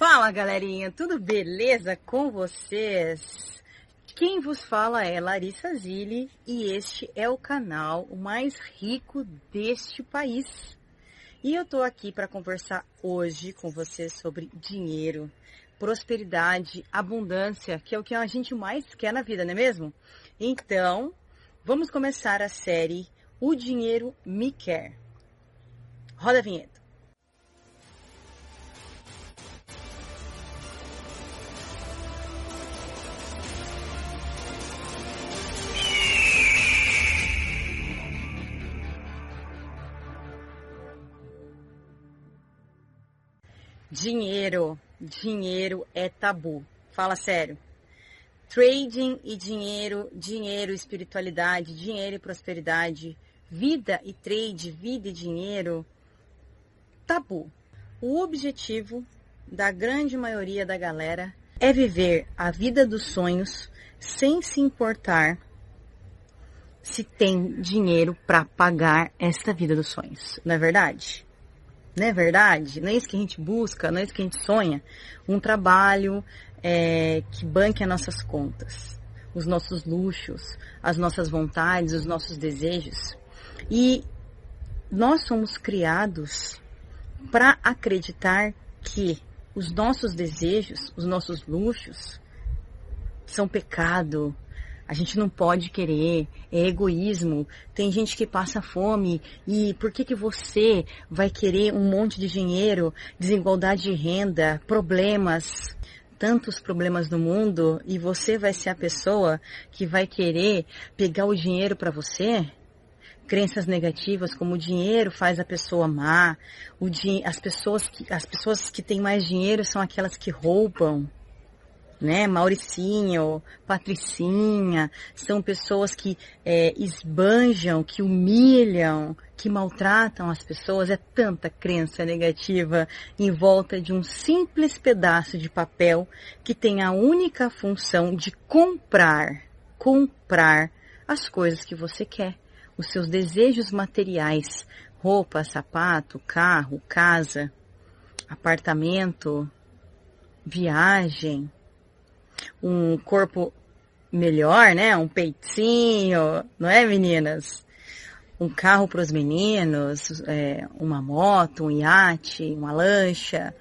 Fala, galerinha, tudo beleza com vocês? Quem vos fala é Larissa Zilli e este é o canal mais rico deste país. E eu tô aqui para conversar hoje com vocês sobre dinheiro, prosperidade, abundância, que é o que a gente mais quer na vida, não é mesmo? Então, vamos começar a série O Dinheiro Me Quer. Roda a vinheta. Dinheiro é tabu. Fala sério. Trading e dinheiro, dinheiro e espiritualidade, dinheiro e prosperidade, vida e trade, vida e dinheiro, tabu. O objetivo da grande maioria da galera é viver a vida dos sonhos sem se importar se tem dinheiro para pagar esta vida dos sonhos. Não é verdade? Não é verdade? Não é isso que a gente busca, não é isso que a gente sonha? Um trabalho que banque as nossas contas, os nossos luxos, as nossas vontades, os nossos desejos. E nós somos criados para acreditar que os nossos desejos, os nossos luxos, são pecado. A gente não pode querer, é egoísmo. Tem gente que passa fome e por que você vai querer um monte de dinheiro, desigualdade de renda, problemas, tantos problemas no mundo e você vai ser a pessoa que vai querer pegar o dinheiro para você? Crenças negativas como o dinheiro faz a pessoa má, as pessoas que têm mais dinheiro são aquelas que roubam. Né? Mauricinho, Patricinha, são pessoas que esbanjam, que humilham, que maltratam as pessoas. É tanta crença negativa em volta de um simples pedaço de papel que tem a única função de comprar as coisas que você quer, os seus desejos materiais, roupa, sapato, carro, casa, apartamento, viagem, um corpo melhor, né? Um peitinho, não é, meninas? Um carro para os meninos, uma moto, um iate, uma lancha,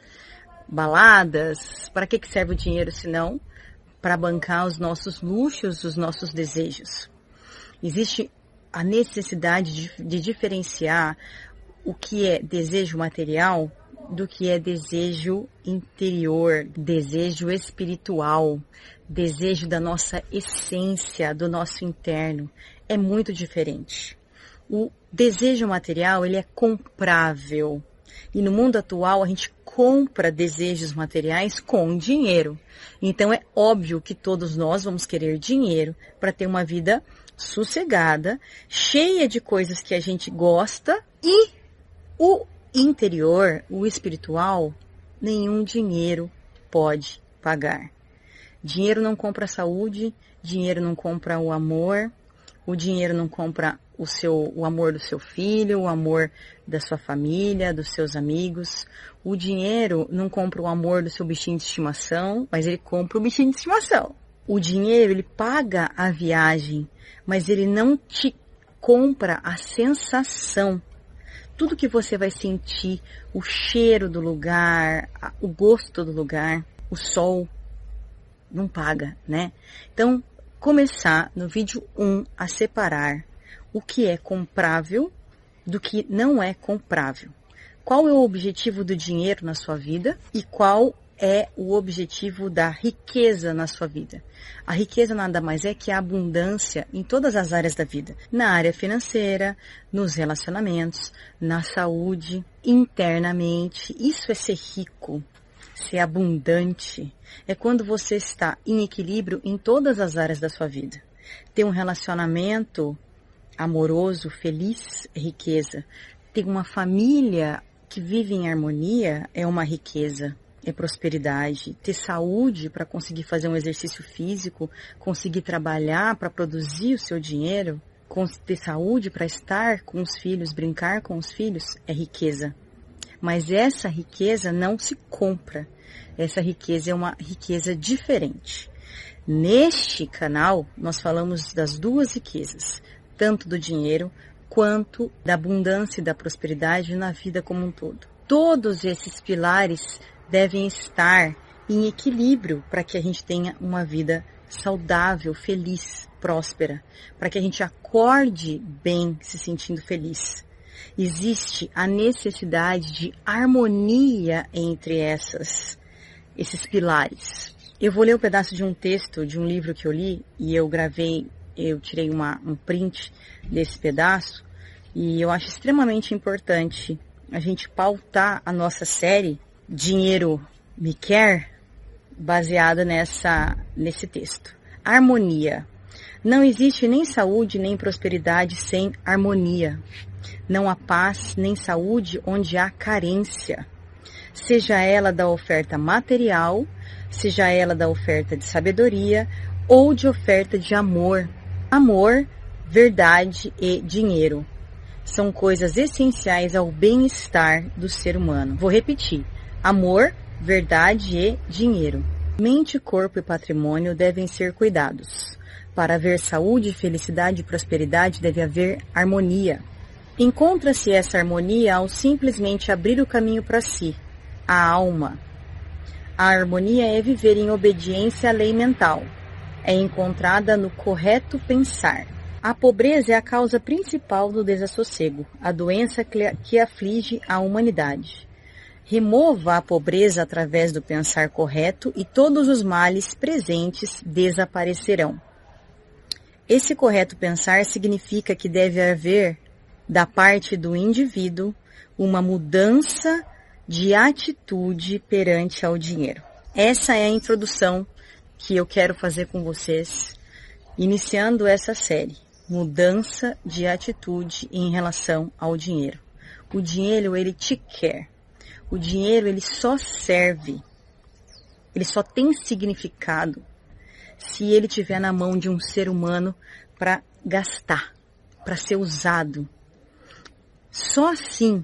baladas. Para que serve o dinheiro, senão para bancar os nossos luxos, os nossos desejos? Existe a necessidade de diferenciar o que é desejo material do que é desejo interior, desejo espiritual, desejo da nossa essência, do nosso interno. É muito diferente. O desejo material, ele é comprável. E no mundo atual, a gente compra desejos materiais com dinheiro. Então, é óbvio que todos nós vamos querer dinheiro para ter uma vida sossegada, cheia de coisas que a gente gosta e o interior, o espiritual, nenhum dinheiro pode pagar. Dinheiro não compra saúde, dinheiro não compra o amor, o dinheiro não compra o amor do seu filho, o amor da sua família, dos seus amigos. O dinheiro não compra o amor do seu bichinho de estimação, mas ele compra o bichinho de estimação. O dinheiro, ele paga a viagem, mas ele não te compra a sensação. Tudo que você vai sentir, o cheiro do lugar, o gosto do lugar, o sol, não paga, né? Então, começar no vídeo 1 a separar o que é comprável do que não é comprável. Qual é o objetivo do dinheiro na sua vida e qual é o objetivo da riqueza na sua vida. A riqueza nada mais é que a abundância em todas as áreas da vida. Na área financeira, nos relacionamentos, na saúde, internamente. Isso é ser rico, ser abundante. É quando você está em equilíbrio em todas as áreas da sua vida. Ter um relacionamento amoroso, feliz, é riqueza. Ter uma família que vive em harmonia é uma riqueza. É prosperidade, ter saúde para conseguir fazer um exercício físico, conseguir trabalhar para produzir o seu dinheiro, ter saúde para estar com os filhos, brincar com os filhos, é riqueza. Mas essa riqueza não se compra. essa riqueza é uma riqueza diferente. Neste canal, nós falamos das duas riquezas, tanto do dinheiro quanto da abundância e da prosperidade na vida como um todo. Todos esses pilares devem estar em equilíbrio para que a gente tenha uma vida saudável, feliz, próspera, para que a gente acorde bem se sentindo feliz. Existe a necessidade de harmonia entre esses pilares. Eu vou ler um pedaço de um texto de um livro que eu li e eu tirei um print desse pedaço e eu acho extremamente importante a gente pautar a nossa série Dinheiro Me Quer baseada nesse texto. Harmonia. Não existe nem saúde nem prosperidade sem harmonia. Não há paz nem saúde onde há carência. Seja ela da oferta material, seja ela da oferta de sabedoria ou de oferta de amor. Amor, verdade e dinheiro são coisas essenciais ao bem-estar do ser humano. Vou repetir. Amor, verdade e dinheiro. Mente, corpo e patrimônio devem ser cuidados. Para haver saúde, felicidade e prosperidade deve haver harmonia. Encontra-se essa harmonia ao simplesmente abrir o caminho para si, a alma. A harmonia é viver em obediência à lei mental. É encontrada no correto pensar. A pobreza é a causa principal do desassossego, a doença que aflige a humanidade. Remova a pobreza através do pensar correto e todos os males presentes desaparecerão. Esse correto pensar significa que deve haver, da parte do indivíduo, uma mudança de atitude perante ao dinheiro. Essa é a introdução que eu quero fazer com vocês, iniciando essa série. Mudança de atitude em relação ao dinheiro. O dinheiro, ele te quer. O dinheiro, ele só serve, ele só tem significado se ele estiver na mão de um ser humano para gastar, para ser usado. Só assim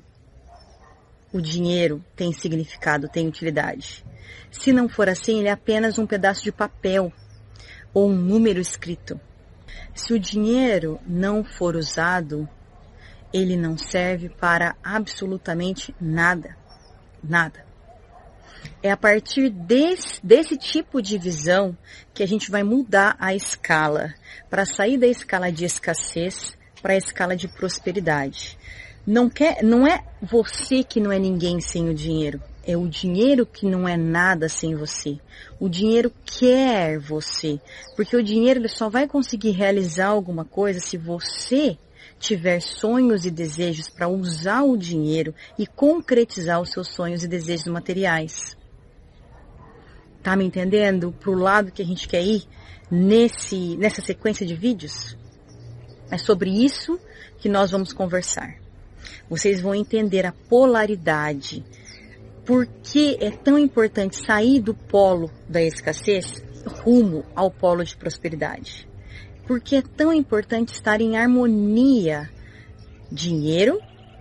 o dinheiro tem significado, tem utilidade. Se não for assim, ele é apenas um pedaço de papel ou um número escrito. Se o dinheiro não for usado, ele não serve para absolutamente nada. Nada. É a partir desse tipo de visão que a gente vai mudar a escala, para sair da escala de escassez para a escala de prosperidade. Não é você que não é ninguém sem o dinheiro, é o dinheiro que não é nada sem você. O dinheiro quer você, porque o dinheiro ele só vai conseguir realizar alguma coisa se você tiver sonhos e desejos para usar o dinheiro e concretizar os seus sonhos e desejos materiais. Tá me entendendo? Pro lado que a gente quer ir nessa sequência de vídeos? É sobre isso que nós vamos conversar. Vocês vão entender a polaridade. Por que é tão importante sair do polo da escassez rumo ao polo de prosperidade? Porque é tão importante estar em harmonia. Dinheiro,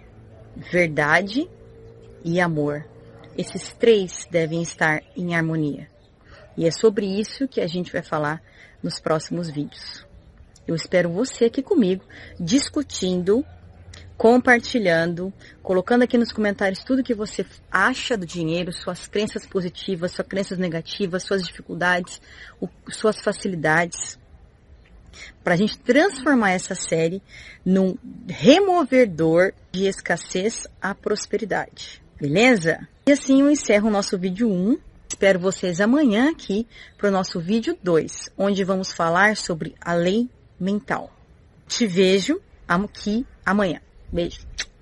verdade e amor. Esses três devem estar em harmonia. E é sobre isso que a gente vai falar nos próximos vídeos. Eu espero você aqui comigo, discutindo, compartilhando, colocando aqui nos comentários tudo que você acha do dinheiro, suas crenças positivas, suas crenças negativas, suas dificuldades, suas facilidades, para a gente transformar essa série num removedor de escassez à prosperidade. Beleza? E assim eu encerro o nosso vídeo 1. Espero vocês amanhã aqui para o nosso vídeo 2, onde vamos falar sobre a lei mental. Te vejo aqui amanhã. Beijo.